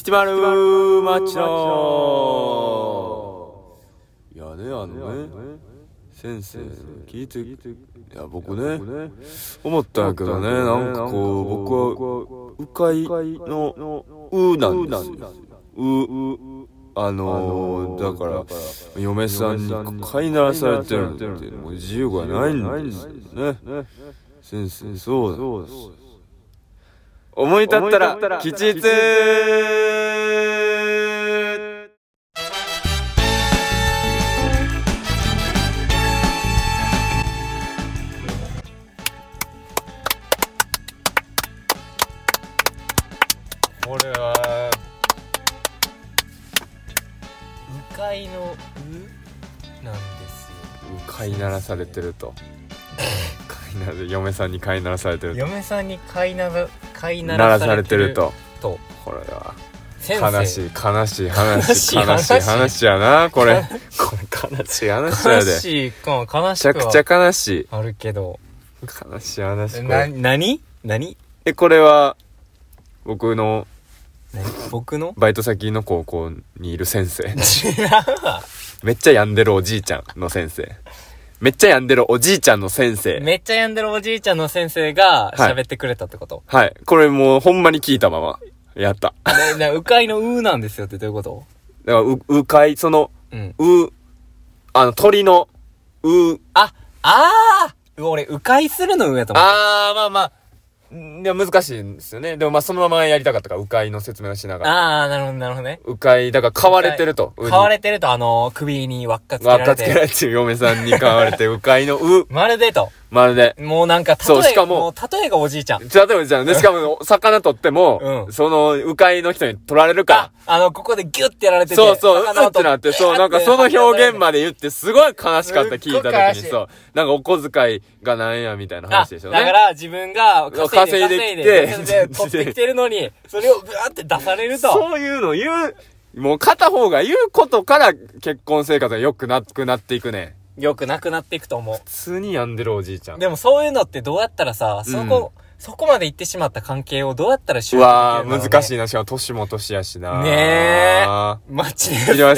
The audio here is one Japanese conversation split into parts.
七丸町のいやね先生聞いていや僕ね思ったんやけどね、なんかこう僕は鵜飼の鵜なんですよ。だから嫁さんに飼いならされてるってもう自由がないんですよね。先生そうです。思い立ったら吉日。これは鵜飼の鵜なんですよ。 飼いならされてると嫁さんに飼いならされてると嫁さんに飼いならされてるとこれは悲しい話やなこれ悲しい話やで。 悲しいか悲しくはめちゃくちゃ悲しいあるけど悲しい話。 何これは僕のバイト先の高校にいる先生違うわ。 めっちゃ病んでるおじいちゃんの先生めっちゃ病んでるおじいちゃんの先生めっちゃ病んでるおじいちゃんの先生が喋ってくれたってこと？ はい、これもうほんまに聞いたままやった鵜飼の鵜なんですよってどういうこと？ だから鵜飼その鳥の俺鵜飼するの鵜やと思った。 まあでも難しいんですよね。でもそのままやりたかったから鵜飼の説明をしながら。 なるほどね。 鵜飼だから飼われてると。 飼われてると首に輪っかつけられて嫁さんに飼われて鵜飼のまるでもうなんかそうしかも例えがおじいちゃん。 例えばじゃん。でしかも魚取ってもその鵜飼の人に取られるから。 ここでギュッてやられてて。 そうってなって、そう、なんかその表現まで言ってすごい悲しかった、聞いた時に。そう。なんかお小遣いがなんやみたいな話でしょね。 だから自分が稼いできて、取ってきてるのに、それをブワーって出されると。 そういうのもう片方が言うことから結婚生活が良くなくなっていくね。 良くなくなっていくと思う。 普通に病んでるおじいちゃん。 でもそういうのってどうやったらさ、そこまで行ってしまった関係をどうやったら修復できるの？ うわ難しいな。しかも年も年やしな。 ねえ。マッチです。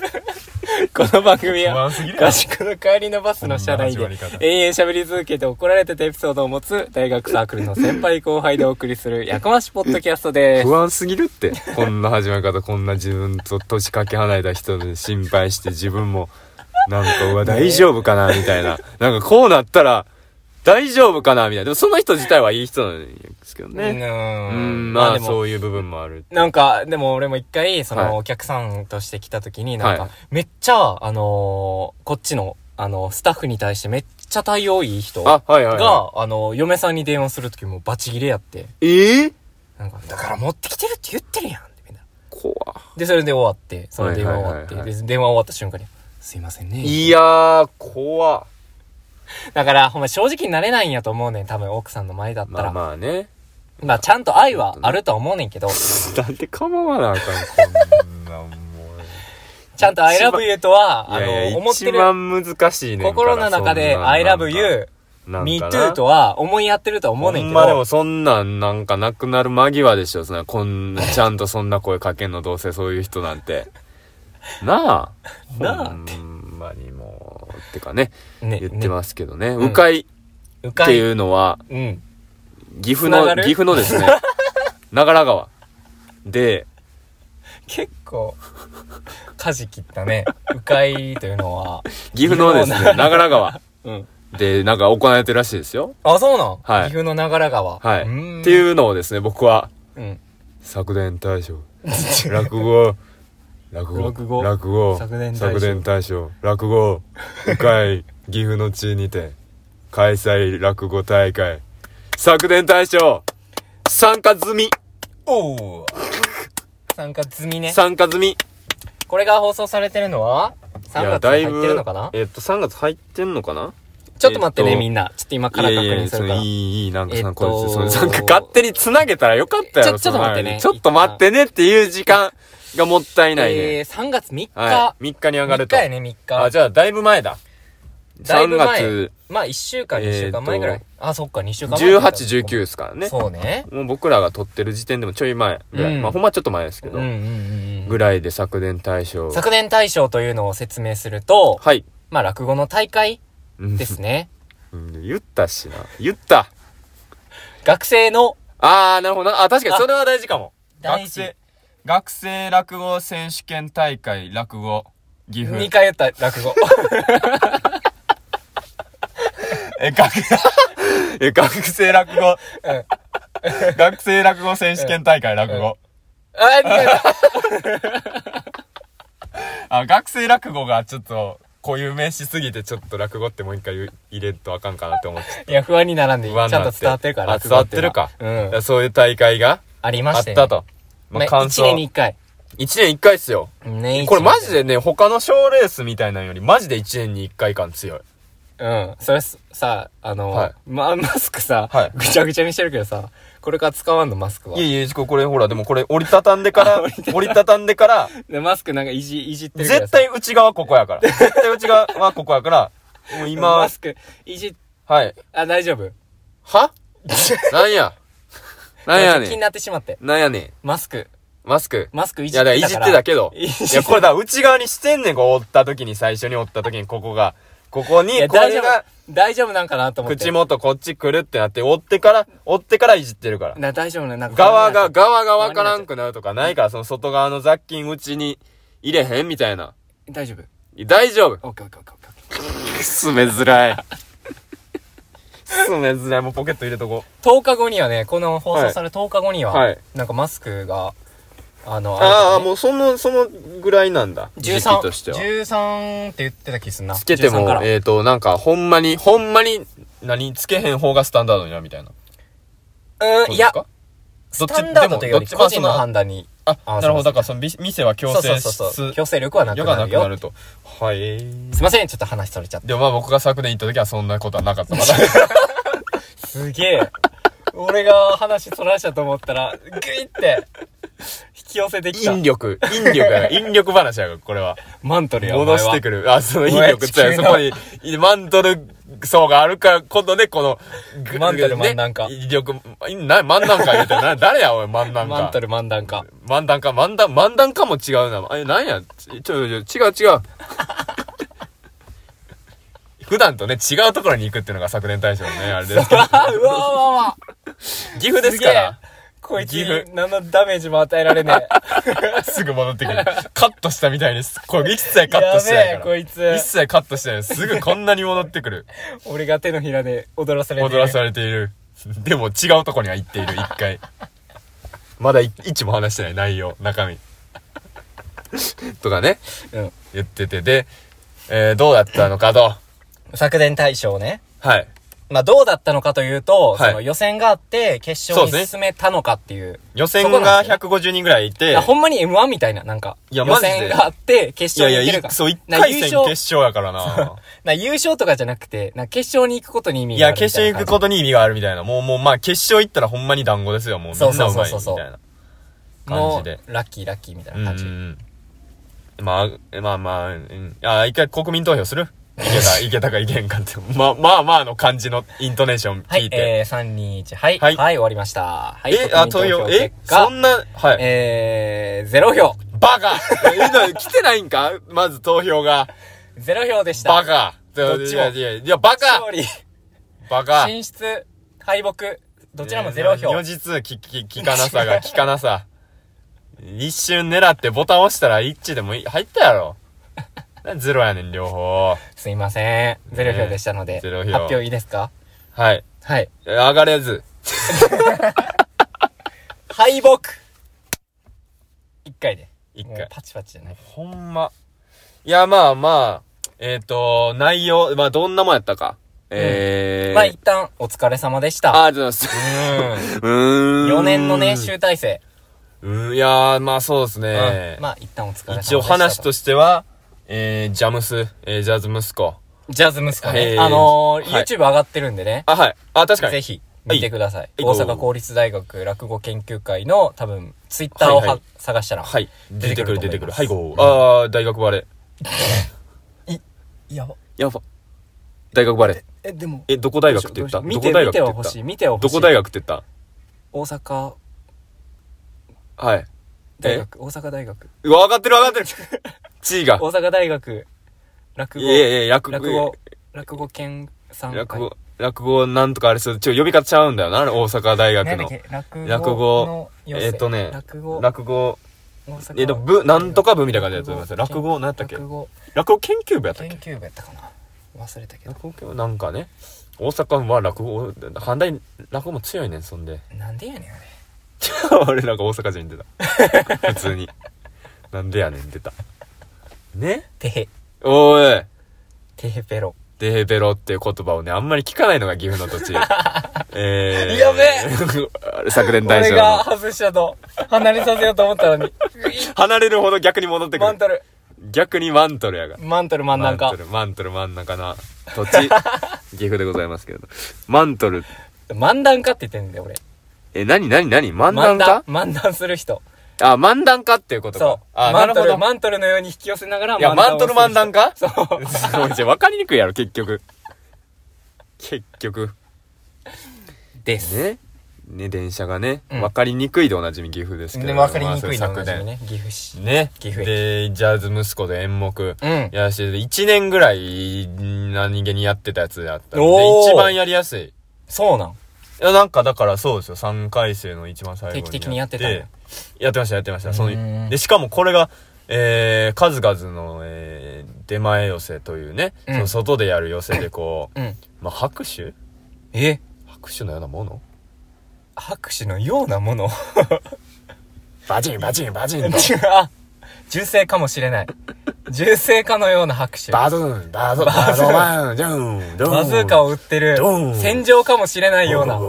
この番組は合宿の帰りのバスの車内で永遠喋り続けて怒られてたエピソードを持つ大学サークルの先輩後輩でお送りするやかましポッドキャストです。 不安すぎるってこんな始まり方。こんな自分と年かけ離れた人で心配して自分もなんか大丈夫かなみたいな。なんかこうなったら大丈夫かなみたいな。でもその人自体はいい人なんですけどね。まあそういう部分もある。 なんかでも俺も一回お客さんとして来た時になんかめっちゃこっちのスタッフに対してめっちゃ対応いい人が嫁さんに電話する時もバチギレやって。なんかだから持ってきてるって言ってるやんみたいな。 怖でそれで終わってその電話終わってで電話終わった瞬間にすいませんね。 いやー怖だからほんま正直になれないんやと思うねん。多分奥さんの前だったらまあね。 まあちゃんと愛はあるとは思うねんけどなんで構わなあかんこんなもうちゃんと I love you とは思ってる。 一番難しいねんから心の中で I love you me too とは思いやってるとは思うねんけど。 でもそんなんかなくなる間際でしょ。こんなちゃんとそんな声かけんのどうせそういう人なんてなあほんまにもうってかね言ってますけどね。鵜飼っていうのは岐阜のですね長良川で結構舵切ったね。鵜飼というのは岐阜のですね長良川でなんか行われてるらしいですよ。 そうなん？ はい。 岐阜の長良川。 はい。っていうのをですね僕は昨年大賞落語昨年大賞落語鵜飼岐阜の地にて開催落語大会昨年大賞参加済み。 参加済みね。 参加済み。 これが放送されてるのは3月入ってるのかな ？3月入ってんのかな？ ちょっと待ってね、みんな。ちょっと今から確認するから。 いい、なんかなんか勝手に繋げたらよかったよ。 ちょっと待ってね。 ちょっと待ってねっていう時間がもったいないね。 3月3日。 3日に上がると。 3日やね、3日。 じゃあだいぶ前だ。 だいぶ前。 3月。 まあ1週間、2週間前ぐらい。あ、そっか、2週間前。 18、19ですからね。 そうね。 もう僕らが撮ってる時点でもちょい前ぐらい。まあほんまちょっと前ですけど。ぐらいで昨年大賞。 昨年大賞というのを説明すると、 はい。 まあ落語の大会ですね。 言ったしな。言った。 学生の。 なるほどな。確かにそれは大事かも。 大事。 学生落語選手権大会落語岐阜。 2回言った落語。 学生落語。学生落語選手権大会落語。学生落語がちょっと固有名詞すぎてちょっと落語ってもう一回入れるとあかんかなって思って。 いや、不安にならんでいい。ちゃんと伝わってるから。 伝わってるか。そういう大会がありまして。 あったと。 まあ、1年に1回。 1年1回っすよ。これマジでね、他の賞レースみたいなのよりマジで1年に1回感強い。 それさ、マスクさ、ぐちゃぐちゃにしてるけどさ、これから使わんのマスクは。 いや、これほら、でもこれ折りたたんでから、 マスクなんかいじってるけど絶対内側ここやから。絶対内側はここやから、もう今。 マスク、はい。大丈夫はなんやねん。 気になってしまって。 なんやねん。 マスクいじってたから。いや、いじってたけど。いや、これだ、内側にしてんねん、最初に折った時にここが。ここに、これが、 大丈夫なんかなと思って。 口元こっち来るってなって、折ってからいじってるから。 大丈夫ね、なんか。 側がわからんくなるとかないから、その外側の雑菌内に入れへんみたいな。 大丈夫。 大丈夫。 オッケー。 進めづらい。もうポケット入れとこう。 10日後にはね、この放送され10日後には、なんかマスクが、 もうそのぐらいなんだ。時期としては。 13って言ってた気すんな。 つけても、なんか、ほんまに、つけへん方がスタンダードになるみたいな。 いや、スタンダードというより個人の判断に。 なるほど。だからその店は強制力はなくなるよ。 なくなると。はい。 すいません、ちょっと話それちゃって。 でもまあ僕が昨年行った時はそんなことはなかった。まだ。 すげえ。俺が話そらしたと思ったら、グイって、引き寄せてきた。 引力話やから、これは。 マントルや、 戻してくる。その引力って、そこに、マントル層があるから、今度ね、この、 マントル漫談家。 引力、漫談家言うて誰や、おい、漫談家。 マントル漫談家。 漫談家も違うな。なんや、違う。普段とね、違うところに行くっていうのが昨年大賞のね、あれですけど。 うわ。 岐阜ですから。 こいつ、何のダメージも与えられねえ。すぐ戻ってくる。カットしたみたいに、これ一切カットしてないから。 こいつ。 一切カットしてない。すぐこんなに戻ってくる。 俺が手のひらで踊らされている。でも違うとこには行っている、一回。まだ一も話してない内容、中身。とかね。言ってて。で、どうだったのかと。 昨年大賞ね。 はい。 まあどうだったのかというと、その予選があって決勝に進めたのかっていう。 予選が150人ぐらいいて。 ほんまに M1 みたいな、なんか。予選があって決勝に行けるか。 そう、1回戦決勝やからな。 優勝とかじゃなくて、決勝に行くことに意味がある。 決勝に行くことに意味があるみたいな。もうまあ決勝行ったらほんまに団子ですよ。もうみんなうまいみたいな感じで。 ラッキーみたいな感じ。 まあ、一回国民投票する？いけたかいけんかって。まあの感じのイントネーション聞いて。 はい、3、2、1、はい。はい、終わりりました。はい、 投票そんな、はい。 0票。 バカ来てないんかまず投票が。 0票でした。 バカどっちも。 いや、バカ勝利。 バカ進出、敗北。どちらも0票。 如実、聞かなさ。一瞬狙ってボタン押したら一致でも入ったやろ。ゼロやねん、両方。 すいません。0票でしたので。 0票。 発表いいですか？ はい。 はい。 上がれず。 敗北 !1 回で。 1回。 パチパチじゃない。 ほんま。いや、まあ、内容、まあ、どんなもんやったか。 まあ、一旦、お疲れ様でした。 ありがとうございます。 4年のね、集大成。 いやまあそうですね。 まあ、一旦お疲れ様でした。 一応話としては、ジャズ息子。 ジャズ息子ね。YouTube 上がってるんでね。 はい。確かに。 ぜひ、見てください。大阪公立大学落語研究会の、多分、Twitter を探したら。 はい。出てくる。はい、大学バレ。 やば。 大学バレ。 でも。 どこ大学って言った？どこ大学って言った？ 見ては欲しい。 どこ大学って言った？ 大阪。 はい。 大学。大阪大学。 わかってる。地位が。 大阪大学。落語。落語研さん。 落語なんとかあれする。呼び方ちゃうんだよな、大阪大学の。落語。落語。なんとか部みたいな感じでやってます。落語、なんやったっけ？落語研究部やったっけ？ 研究部やったかな。忘れたけど。 落語なんかね、大阪は落語、反対落語も強いねん、そんで。 なんでやねん、あれ。俺なんか大阪人出た。普通に。なんでやねん、出た。ね？ てへ。 おーい。 てへペロ。 てへペロっていう言葉をね、あんまり聞かないのが岐阜の土地。やべ昨年大賞の。 俺が外したと、離れさせようと思ったのに。 離れるほど逆に戻ってくる。 マントル。 逆にマントルやが。 マントル真ん中。 マントル真ん中な土地。岐阜でございますけれど。マントル。 漫談家って言ってんだよ、俺。 何漫談家？ 漫談する人。 あ、漫談家っていうことか。 そう。マントルのように引き寄せながらいや、マントル漫談家？ そう。 わかりにくいやろ、結局。 です。 ね、電車がね、わかりにくいでおなじみ岐阜ですけど。 わかりにくいでおなじみね、岐阜市。 ね。 岐阜で、ジャズ息子で演目。やらして、1年ぐらい何気にやってたやつであったので、一番やりやすい。 そうなん？ いや、なんかだからそうですよ、3回生の一番最後に。 定期的にやってたよ。 やってました。で、しかもこれが、数々の、出前寄せというね、その外でやる寄せでこう、まあ、拍手のようなもの？ 拍手のようなものバチンと。 銃声かもしれない。銃声かのような拍手。 バズーカを撃ってる。戦場かもしれないような。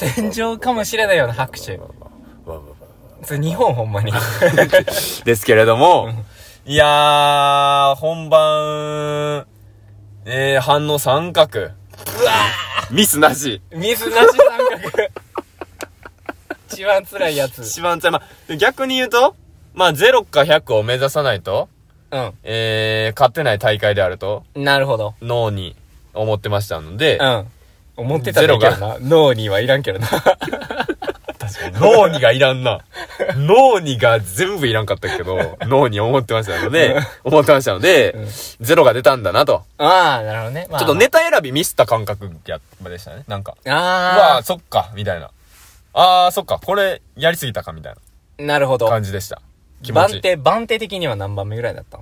拍手。それ日本ほんまに。 ですけれども、いやー、本番、反応三角。 うわーミスなし三角。一番辛いやつ。 まあ、逆に言うと、まあ、0か100を目指さないと、勝てない大会であると。 なるほど。 脳に思ってましたので、 思ってたんだけどな。脳にはいらんけどな。 確かに。脳にがいらんな。脳にが全部いらんかったけど、脳に思ってましたので、0が出たんだなと。 なるほどね。 ちょっとネタ選びミスった感覚でしたね。なんか。うわそっか、みたいな。そっか、これやりすぎたか、みたいな。 なるほど。 感じでした。気持ちいい。 番手的には何番目ぐらいだったの？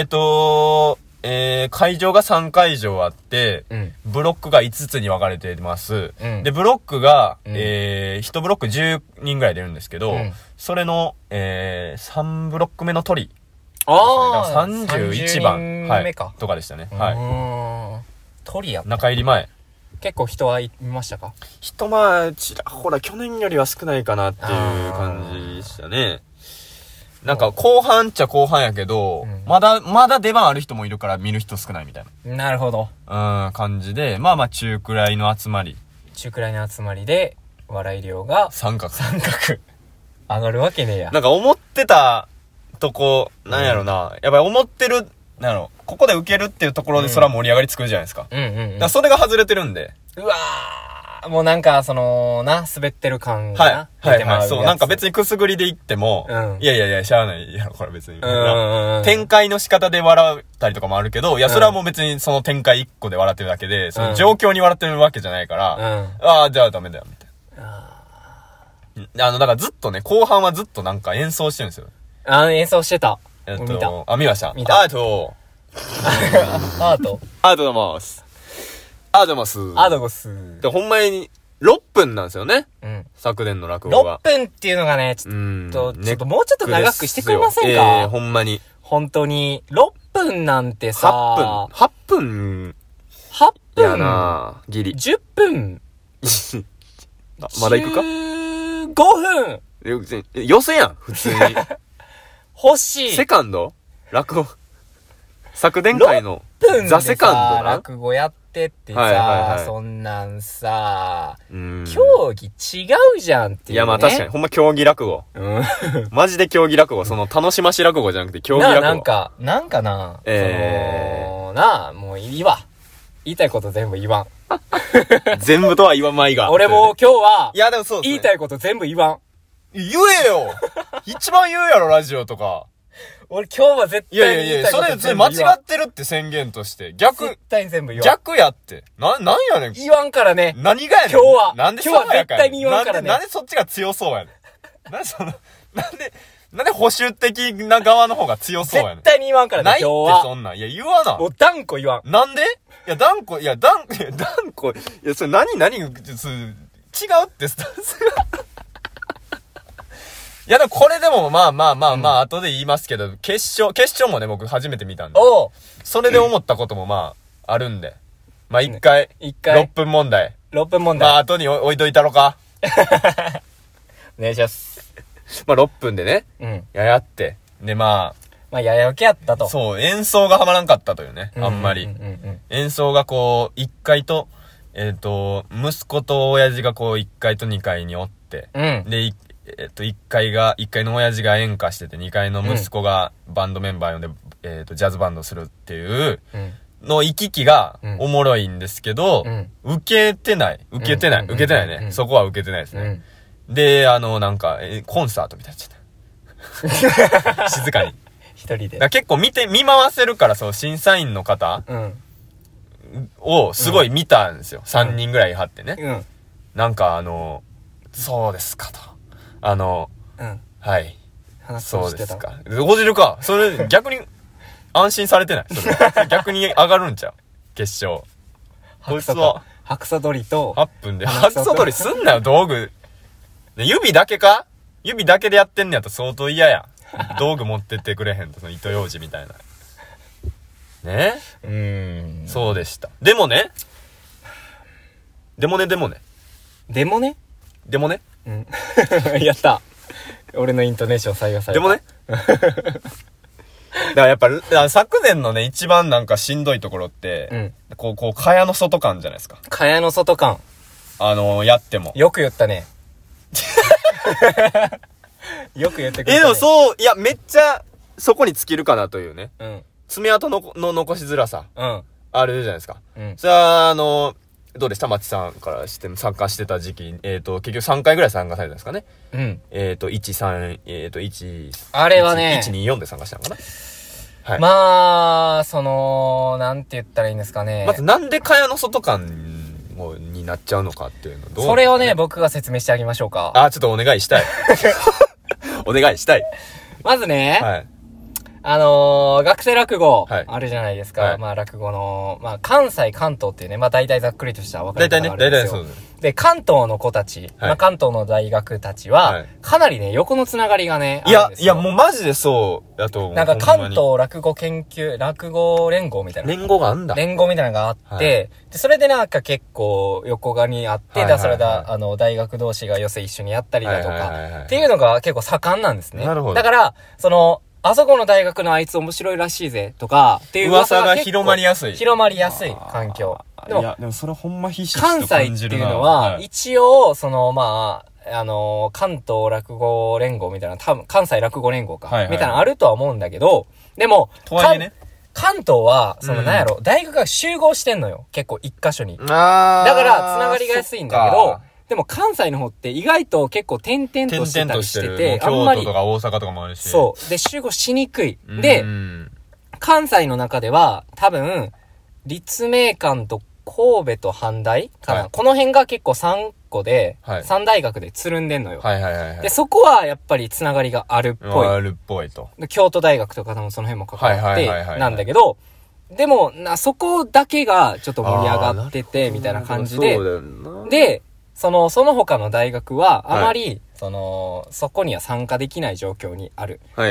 会場が3会場あって、ブロックが5つに分かれています。で、ブロックが、1ブロック10人ぐらい出るんですけど、それの、3ブロック目の鳥。31番。はい。とかでしたね。はい。 鳥やった。 中入り前。 結構人はいましたか？ 人まあ、ちらほら去年よりは少ないかなっていう感じでしたね。なんか後半っちゃ後半やけど、まだ出番ある人もいるから見る人少ないみたいな。 なるほど。 感じで、まあ中くらいの集まり。 で、笑い量が三角。 上がるわけねえや。 なんか思ってたとこ、なんやろな。やっぱり思ってる、なんやろ。ここで受けるっていうところでそら盛り上がりつくじゃないですか。だからそれが外れてるんで。 うわー、もうなんか、滑ってる感がはい。そう、なんか別にくすぐりで言っても、いや、しゃあないやろ、これ別に。展開の仕方で笑ったりとかもあるけど、いや、それはもう別にその展開1個で笑ってるだけで、その状況に笑ってるわけじゃないから、じゃあダメだよ、みたいな。だからずっとね、後半はずっとなんか演奏してるんですよ。 演奏してた。 見た。見ました。 見た。 アートマス。アドゴス。で、ほんまに6分なんですよね。昨年の落語が。 6分っていうのがね、ちょっともうちょっと長くしてくれませんか？ ほんまに。 本当に。6分なんてさ。 8分やなギリ。 10分。 まだ行くか？ 15分。 寄せやん、普通に。 欲しい。 セカンド？落語。昨年会のザ・セカンドな。 落語やってってさ、そんなんさ、競技違うじゃんっていう、ね。いやまあ確かに、ほんま競技落語。マジで競技落語、その楽しまし落語じゃなくて競技落語。 なんかな、もういいわ。 言いたいこと全部言わん。 全部とは言わんまいが。 俺も今日は、 いやでもそうですね。 言いたいこと全部言わん。 言えよ一番言うやろ、ラジオとか。 俺今日は絶対に言いたいこと全部言わん。 それ間違ってるって宣言として。絶対に全部言わん。 逆やって。なんやねん。 言わんからね。 何がやねん。 今日は。 なんで今日は絶対に言わんからね。 なんでそっちが強そうやねん。なんで保守的な側の方が強そうやねん。 絶対に言わんからね、 今日は。ないってそんなん。いや、言わな。 もう断固言わん。 なんで断固、それ何違うってスタンスが。いや、でもこれでもまあ、後で言いますけど、決勝もね、僕初めて見たんで。それで思ったこともまあ、あるんで。まあ、一回、6分問題。 6分問題。 まあ、後に置いといたろか。 お願いします。 まあ、6分でね。 うん。 やって。で、まあ、やや受けやったと。 そう、演奏がはまらんかったというね。あんまり。演奏がこう、1階と、息子と親父がこう、1階と2階におって。 うん。 で、1階の親父が演歌してて、2階の息子がバンドメンバー呼んで、ジャズバンドするっていうの行き来がおもろいんですけど、受けてないね。そこは受けてないですね。で、なんか、コンサートみたいになっちゃった。静かに。 一人で。 結構見回せるから、そう、審査員の方をすごい見たんですよ。3人ぐらい張ってね。なんかそうですかと。はい。そうですか。落ちるか。それ、逆に、安心されてない。それ逆に上がるんちゃう決勝。こいつは。 ハクサドリと。 8分で。ハクサドリすんなよ、道具。指だけか指だけでやってんねやったら相当嫌や。道具持ってってくれへんと、その糸ようじみたいな。ねそうでした。でもね。 うん。やった。俺のイントネーション採用された。 でもね。だからやっぱ、昨年のね、一番なんかしんどいところって、こう、蚊帳の外感じゃないですか。 蚊帳の外感。 やっても。 よく言ったね。よく言ってくれた、ね。 でもそう、いや、めっちゃ、そこに尽きるかなというね。 うん。 爪痕の残しづらさ。 うん。 あるじゃないですか。 うん。 それは、どうでした松さんからして参加してた時期、結局3回ぐらい参加されたんですかね。 うん。 あれはね、 124で参加したのかな。はい。 まあ、なんて言ったらいいんですかね。 まずなんで蚊帳の外感になっちゃうのかっていうのそれをね、僕が説明してあげましょうか。 ちょっとお願いしたい。お願いしたい。 まずね、 はい。 学生落語、 はいあるじゃないですか。 はい、 まあ落語の、まあ関西、関東っていうね、まあ大体ざっくりとした分かれ方があるんですよ。 大体そうです。 で、関東の子たち、はい、まあ関東の大学たちは、はい、かなりね、横のつながりがね、あるんですよ。 いや、もうマジでそうだと思う。 なんか関東落語落語連合みたいな。 連合があんだ。 連合みたいなのがあって、はい、で、それでなんか結構横側にあって、それだ、大学同士が寄せ一緒にやったりだとか、っていうのが結構盛んなんですね。 なるほど。 だから、あそこの大学のあいつ面白いらしいぜとかっていう噂が広まりやすい環境。 でもそれほんま必死関西っていうのは、一応、まあ、関東落語連合みたいな、多分、関西落語連合か、みたいなのあるとは思うんだけど、でも、関東は、なんやろ、大学が集合してんのよ。結構一箇所に。だから、つながりが安いんだけど、でも関西の方って意外と結構点々としてたりしてて、 あんまり。京都とか大阪とかもあるし。 そう。で、集合しにくい。で、関西の中では多分、立命館と神戸と阪大かな、この辺が結構3個で、3大学でつるんでんのよ。で、そこはやっぱりつながりがあるっぽい。 あるっぽいと。 京都大学とか多分その辺も関わってなんだけど、でも、そこだけがちょっと盛り上がってて、みたいな感じで、で、その他の大学は、あまり、そこには参加できない状況にある。から、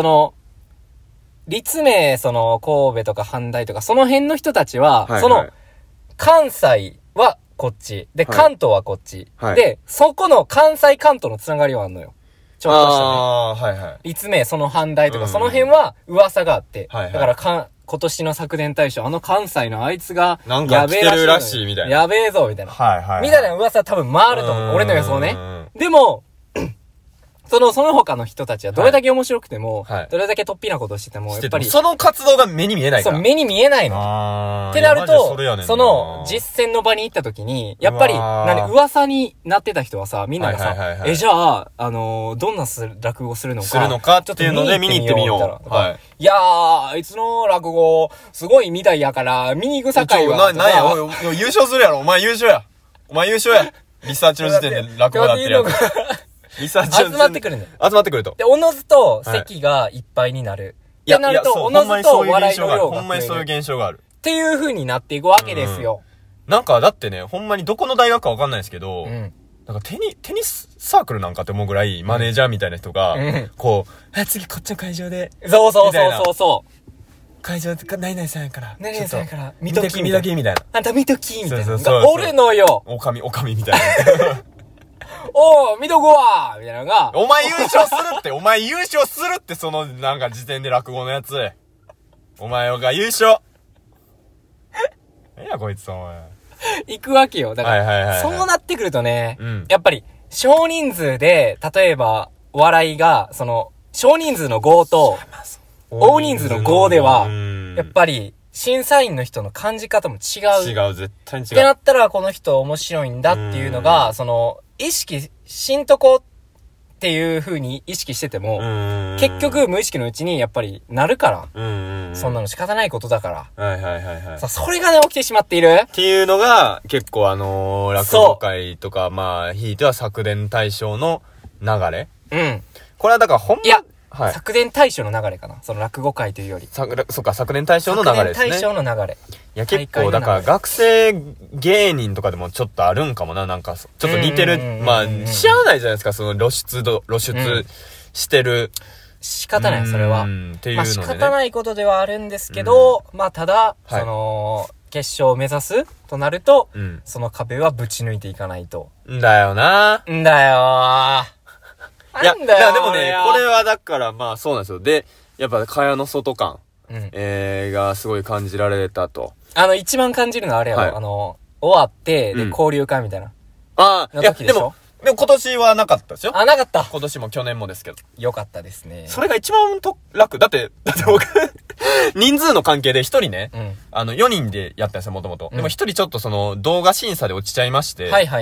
立命、神戸とか阪大とか、その辺の人たちは、関西はこっち。で、関東はこっち。で、そこの関西関東のつながりはあんのよ。ちょっとしたね。立命、阪大とか、その辺は噂があって。だから今年の昨年大賞、関西のあいつが、 なんか来てるらしいみたいな。 やべえぞ、みたいな。みたいな噂多分回ると思う。俺の予想ね。でも、 その他の人たちはどれだけ面白くても、はい、どれだけ突飛なことしてても、やっぱり。 その活動が目に見えないから。 そう、目に見えないの。ってなると、その実践の場に行った時に、やっぱり、噂になってた人はさ、みんながさ、じゃあ、どんな落語するのかっていうので見に行ってみよう。はい。 いやー、あいつの落語、すごいみたいやから、見に行くさかいは。 なんや、優勝するやろ、お前優勝や。リサーチの時点で落語だってるやん。リサーチ集まってくるね。 集まってくると。 で、おのずと席がいっぱいになる。ってなると、おのずと笑いの量が。 ほんまにそういう現象がある。 っていう風になっていくわけですよ。 なんか、だってね、ほんまにどこの大学かわかんないですけど、なんかテニスサークルなんかって思うぐらい、マネージャーみたいな人が、こう、次こっちの会場で。 そう。 会場で、何々さんやから。 何々さんやから。 見ときみたいな。 あんた見ときみたいな。がおるのよ。 おかみみたいな。 おー、見とこわーみたいなのが。 お前優勝するって、その、なんか時点で落語のやつ。お前が優勝。何やこいつ、お前。 行くわけよ。だから、そうなってくるとね、やっぱり、少人数で、例えば、お笑いが、少人数の5と、大人数の5では、やっぱり、審査員の人の感じ方も違う。 絶対に違う。 ってなったら、この人面白いんだっていうのが、意識しんとこっていう風に意識してても、結局無意識のうちにやっぱりなるから、そんなの仕方ないことだから。さあ、それがね、起きてしまっているっていうのが、結構落語会とか、まあ、ひいては作伝大賞の流れ。これはだからほんま、 はい、作伝大賞の流れかな。その落語会というより。 そうか、作伝大賞の流れですね。 作伝大賞の流れ。 いや、結構、だから学生芸人とかでもちょっとあるんかもな。なんか、ちょっと似てる。まあ、しゃあないじゃないですか、その露出してる。 仕方ない、それは。 っていうので、ね。 まあ仕方ないことではあるんですけど、まあただ、決勝を目指すとなると、その壁はぶち抜いていかないと。 だよな。 んだよいや、でもね、これはだからまあそうなんですよ。で、やっぱ蚊帳の外感、がすごい感じられたと。 一番感じるのはあれやろ、終わって、で、交流会みたいな。 いや、でも今年はなかったですよ。 なかった。 今年も去年もですけど。 よかったですね。 それが一番楽。だって僕、人数の関係で一人ね、4人でやったんですよ、もともと。でも一人ちょっと動画審査で落ちちゃいまして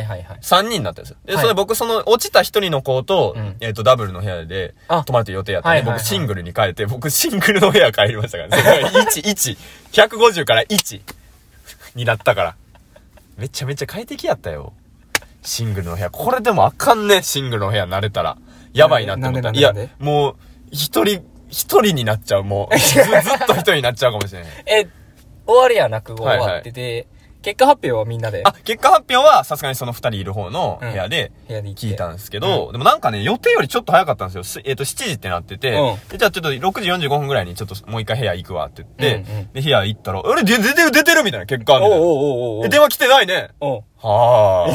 、3人になったんですよ。で、それ僕落ちた一人の子と、ダブルの部屋で泊まる予定やったんで、僕シングルに変えて、僕シングルの部屋帰りましたからね。150から1になったから。めちゃめちゃ快適やったよ。シングルの部屋。これでもあかんね、シングルの部屋慣れたら。やばいなって思った。いや、もう、一人になっちゃう、もう。ずっと一人になっちゃうかもしれない。 終わりや、落語終わってて、結果発表はみんなで。 結果発表はさすがにその2人いる方の部屋で聞いたんですけど、でもなんかね、予定よりちょっと早かったんですよ。7時ってなってて、じゃあちょっと6時45分ぐらいにちょっともう一回部屋行くわって言って、で、部屋行ったら、出てるみたいな、結果みたいな。電話来てないね。は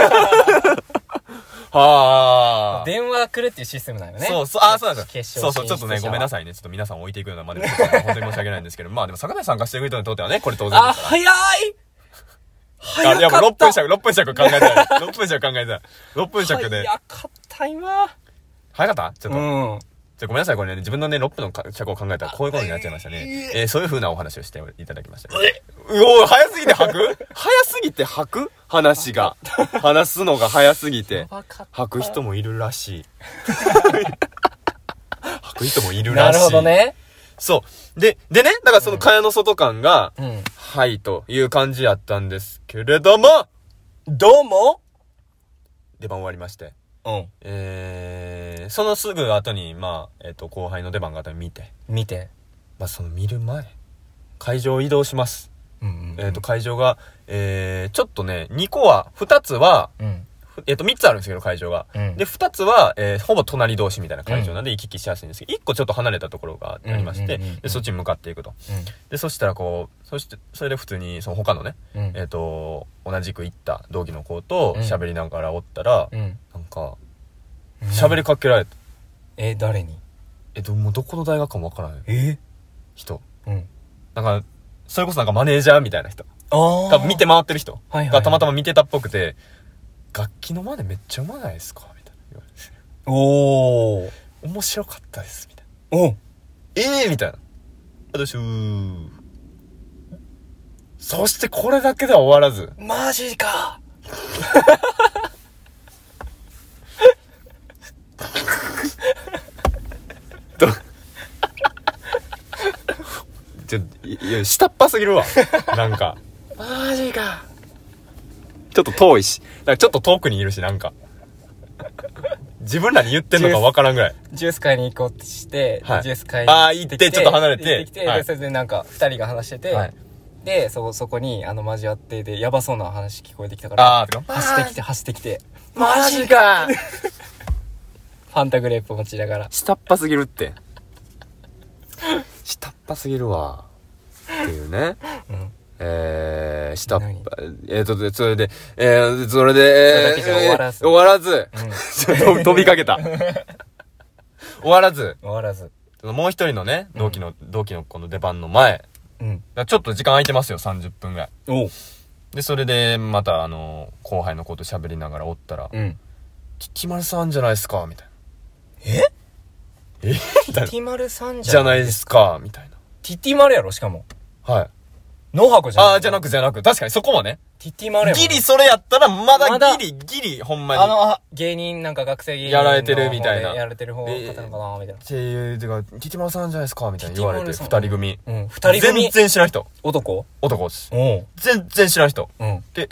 あ。 電話来るっていうシステムなのね。 そうなんですよ。ちょっとね、ごめんなさいね。ちょっと皆さん置いていくようなまで、本当に申し訳ないんですけど、まあでも、坂根参加してくれたのにとってはね、これ当然ですから。 早いいや、もう6分尺考えたら。6分尺で。 早かった、今。 早かったちょっと。ごめんなさい、これね、自分のね、6分の尺を考えたらこういうことになっちゃいましたね。そういう風なお話をしていただきましたね。早すぎて吐く話が。話すのが早すぎて。吐く人もいるらしい。吐く人もいるらしい。 なるほどね。 そう。でね、だからその蚊帳の外感が、はいという感じやったんですけれども、 どうも出番終わりまして。そのすぐ後に、まあ、後輩の出番があったら見て。まあ、その見る前、会場移動します。会場が、ちょっとね、2つは、3つあるんですけど、会場が。で、2つは、ほぼ隣同士みたいな会場なんで行き来しやすいんですけど、1個ちょっと離れたところがありまして、で、そっちに向かっていくと。で、そしたらそれで普通に、その他のね、同じく行った同期の子と喋りながらおったら、なんか、喋りかけられた。 誰にもうどこの大学かもわからない人。なんか、それこそなんかマネージャーみたいな人。多分見て回ってる人がたまたま見てたっぽくて、楽器の真似めっちゃうまないですかみたいな言われて。 おー。 面白かったです。みたいな。 おみたいな。私そしてこれだけでは終わらず。 マジかいや、下っ端すぎるわ。なんか。 マジか。 ちょっと遠いし。だからちょっと遠くにいるし、なんか。自分らに言ってんのか分からんぐらい。 ジュース買いに行こうってして、 はい、 ジュース買いに行って、ちょっと離れて。 行ってきて、はい、で、それでなんか、二人が話してて、はい、で、そこに、交わって、で、やばそうな話聞こえてきたから、走ってきて、 マジかファンタグレープ持ちながら。 下っ端すぎるって。下っ端すぎるわ。っていうね。うん。下っ端、それで、それで、終わらず、うん、飛びかけた。終わらず。もう一人のね、同期のこの出番の前。うん。ちょっと時間空いてますよ、30分ぐらい。 おう。 で、それで、また、後輩の子と喋りながらおったら、うん。ティティマルさんじゃないですか、みたいな。 ティティマルさんじゃないですか、みたいな。 ティティマルやろ、しかも。 はい。 野箱じゃなく。じゃなく。確かにそこもね。 ティティマルやもん。 ギリそれやったら、まだギリ、ほんまに。 芸人なんか学生芸人。 やられてるみたいな。 やられてる方方なのかな、みたいな。 ていう、てか、ティティマルさんじゃないですか、みたいな言われて、二人組。 うん、二人組。 全然知らん人。 男です。全然知らん人。うん。で、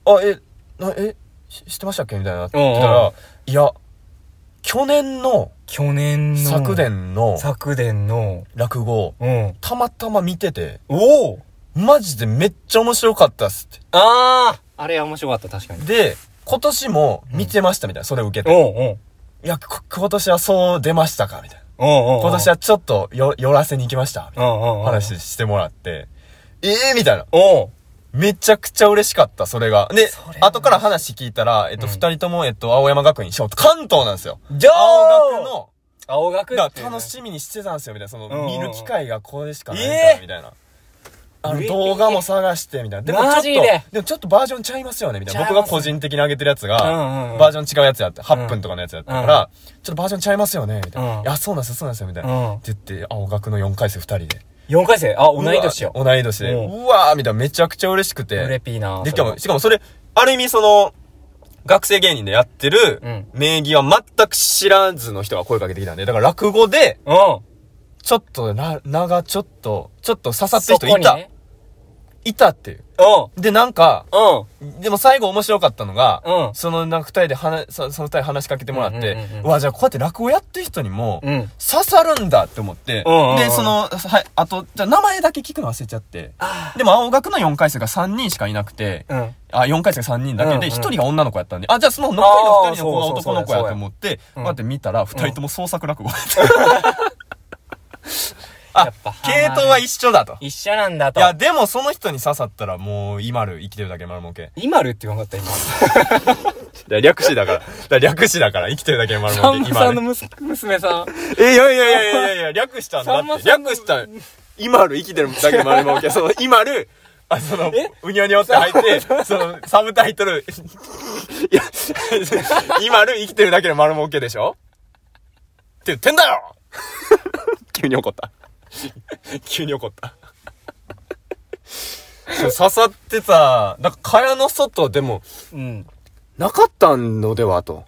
知ってましたっけみたいな。言ったら、いや、去年の昨年の落語、たまたま見てて、マジでめっちゃ面白かったっすって。 あれは面白かった、確かに。 で、今年も見てましたみたいな、それを受けて。いや、今年はそう出ましたかみたいな。今年はちょっと寄らせに行きましたみたいな話してもらって、みたいな。めちゃくちゃ嬉しかった、それが。で、後から話聞いたら、二人とも、青山学院、関東なんですよ。青学だから楽しみにしてたんですよ、みたいな。見る機会がこれしかないから、みたいな。動画も探して、みたいな。でもちょっとバージョンちゃいますよね、みたいな。僕が個人的に上げてるやつが、バージョン違うやつやって、8分とかのやつやったから、ちょっとバージョンちゃいますよね、みたいな。いや、そうなんですよ、みたいな。って言って、青学の4回生2人で。 4回生同い年よ。 同い年で。うわーみたいな、めちゃくちゃ嬉しくて。 うれぴーな。 で、しかもそれ、ある意味学生芸人でやってる、名義は全く知らずの人が声かけてきたんで、だから落語で、ちょっと、ちょっと刺さってる人いた。いたっていう。で、なんか、でも最後面白かったのが、二人で話しかけてもらって、じゃあこうやって落語やってる人にも、刺さるんだって思って、で、あと、じゃあ名前だけ聞くの忘れちゃって、でも青学の4回生が3人しかいなくて、4回生が3人だけで、1人が女の子やったんで、じゃあその残りの2人の子が男の子やと思って、こうやって見たら、2人とも創作落語やった。系統は一緒だと。 一緒なんだと。 いや、でもその人に刺さったらもう、イマル生きてるだけ丸儲け。 イマルって言わなかった今。略詞だから、生きてるだけ丸儲け。 さんまさんの娘さん。 いや、略したんだって。略した。イマル生きてるだけ丸儲け。イマル、うにょにょって入って、サブタイトル、いや、イマル生きてるだけで丸儲けでしょって言ってんだよ急に怒った。刺さってた。だから、蚊帳の外でも、なかったのではと。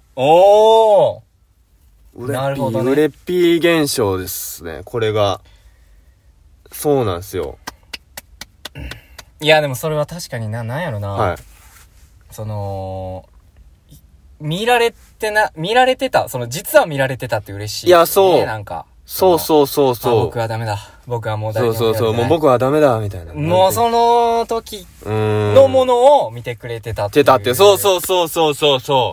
なるほどね。 ウレピー現象ですね。これが。そうなんですよ。 いや、でもそれは確かになんやろな。 はい。 見られてた。実は見られてたって嬉しい。 いや、そう。 なんか。 そう。 僕はダメだ。僕はもう大丈夫だ。 そう。もう僕はダメだ、みたいな。 もうその時のものを見てくれてたっていう。 そう。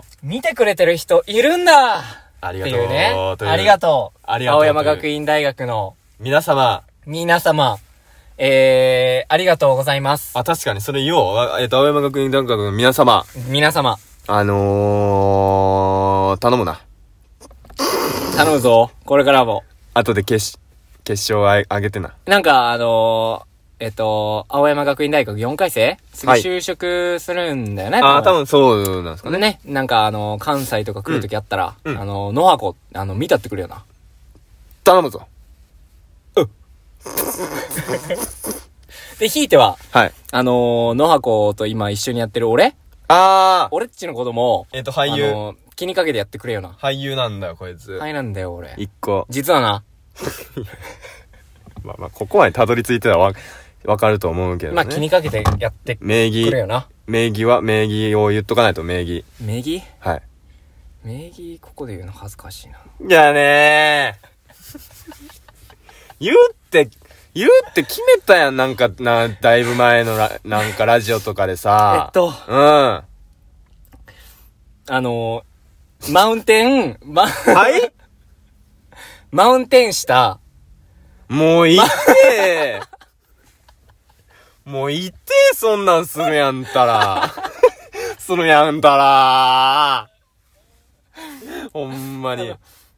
見てくれてる人いるんだありがとう。 っていうね。ありがとう。青山学院大学の皆様。 ありがとうございます。 確かにそれ言おう。青山学院大学の皆様。頼むな。 頼むぞ。これからも。 後で決勝あげてな。 なんか青山学院大学4回生次就職するんだよね。 ああ、多分そうなんですかね。 ね。なんか関西とか来るときあったら、野箱、見たってくるよな。 頼むぞ。 で、ひいては、 はい。 野箱と今一緒にやってる俺っちの子供俳優。 気にかけてやってくれよな。 俳優なんだよ、こいつ。 はいなんだよ、俺。 一個。 実はな。 まあ、ここまでたどり着いてたらわかると思うけどね。 まあ、気にかけてやってくれよな。 名義を言っとかないと、名義。 名義はい。 名義、ここで言うの恥ずかしいな。 じゃあね言うって決めたやん、なんか、だいぶ前のなんかラジオとかでさ。 マウンテン、 はいマウンテンした。 もういいってもういいってそんなんするやんたら。ほんまに。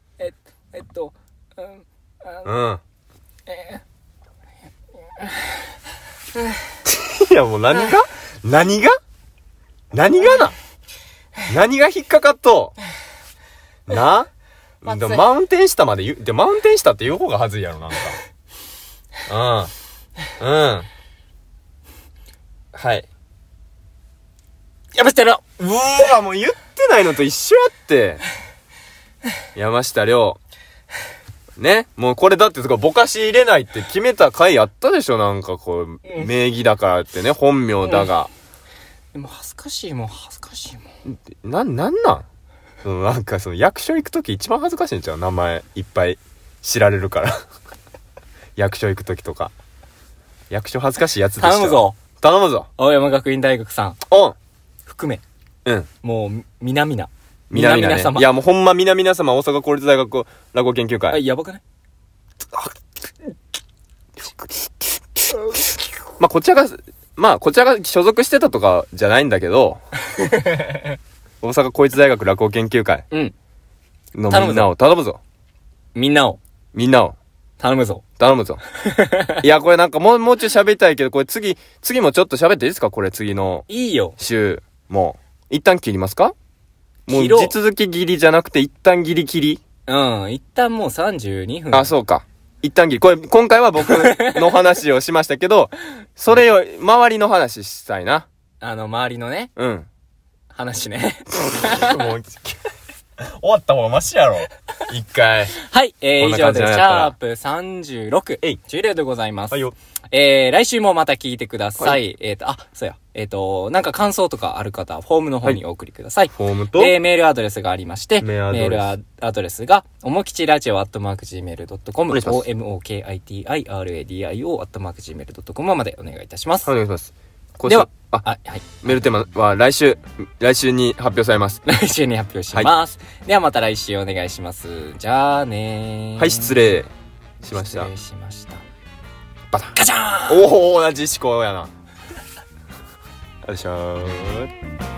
いやもう何が引っかかっとなでもマウンテン下までマウンテン下って言う方がはずいやろ、なんか。はい。 山下亮。 うわもう言ってないのと一緒やって。山下亮。ね、もうこれだってぼかし入れないって決めた回あったでしょ、なんかこう、名義だからってね、本名だが。 でも恥ずかしいもん。 なんなんか役所行くとき一番恥ずかしいんちゃう？名前いっぱい知られるから。役所行くときとか。役所恥ずかしいやつでしょ。頼むぞ。 青山学院大学さん。含め。もう、皆々様。 いやもうほんま皆々様、大阪公立大学落語研究会。 やばくない？ こちらが所属してたとかじゃないんだけど、大阪公立大学落語研究会のみんなを頼むぞ。 みんなを頼むぞ。 いや、これなんかもうちょい喋りたいけど、これ次もちょっと喋っていいですか？これ次の。 いいよ。 週もう、一旦切りますか？もう地続き切りじゃなくて一旦切り。 一旦もう32分。 あ、そうか。一旦切り。これ、今回は僕の話をしましたけど、それより、周りの話したいな。 周りのね。話ね。 もう、終わった方がマシやろ。一回。 はい、以上で、シャープ36、終了でございます。 はいよ。 来週もまた聞いてください。そうや。なんか感想とかある方は、フォームの方にお送りください。 フォームと、 メールアドレスがありまして、メールアドレスが、おもきちラジオ@gmail.com、omokitiradio@gmail.com までお願いいたします。 お願いします。 では、 メールテーマは来週に発表されます。 来週に発表します。ではまた来週お願いします。じゃあねー。 はい、失礼しました。 バタンガチャーン。 同じ思考やな。よいしょー。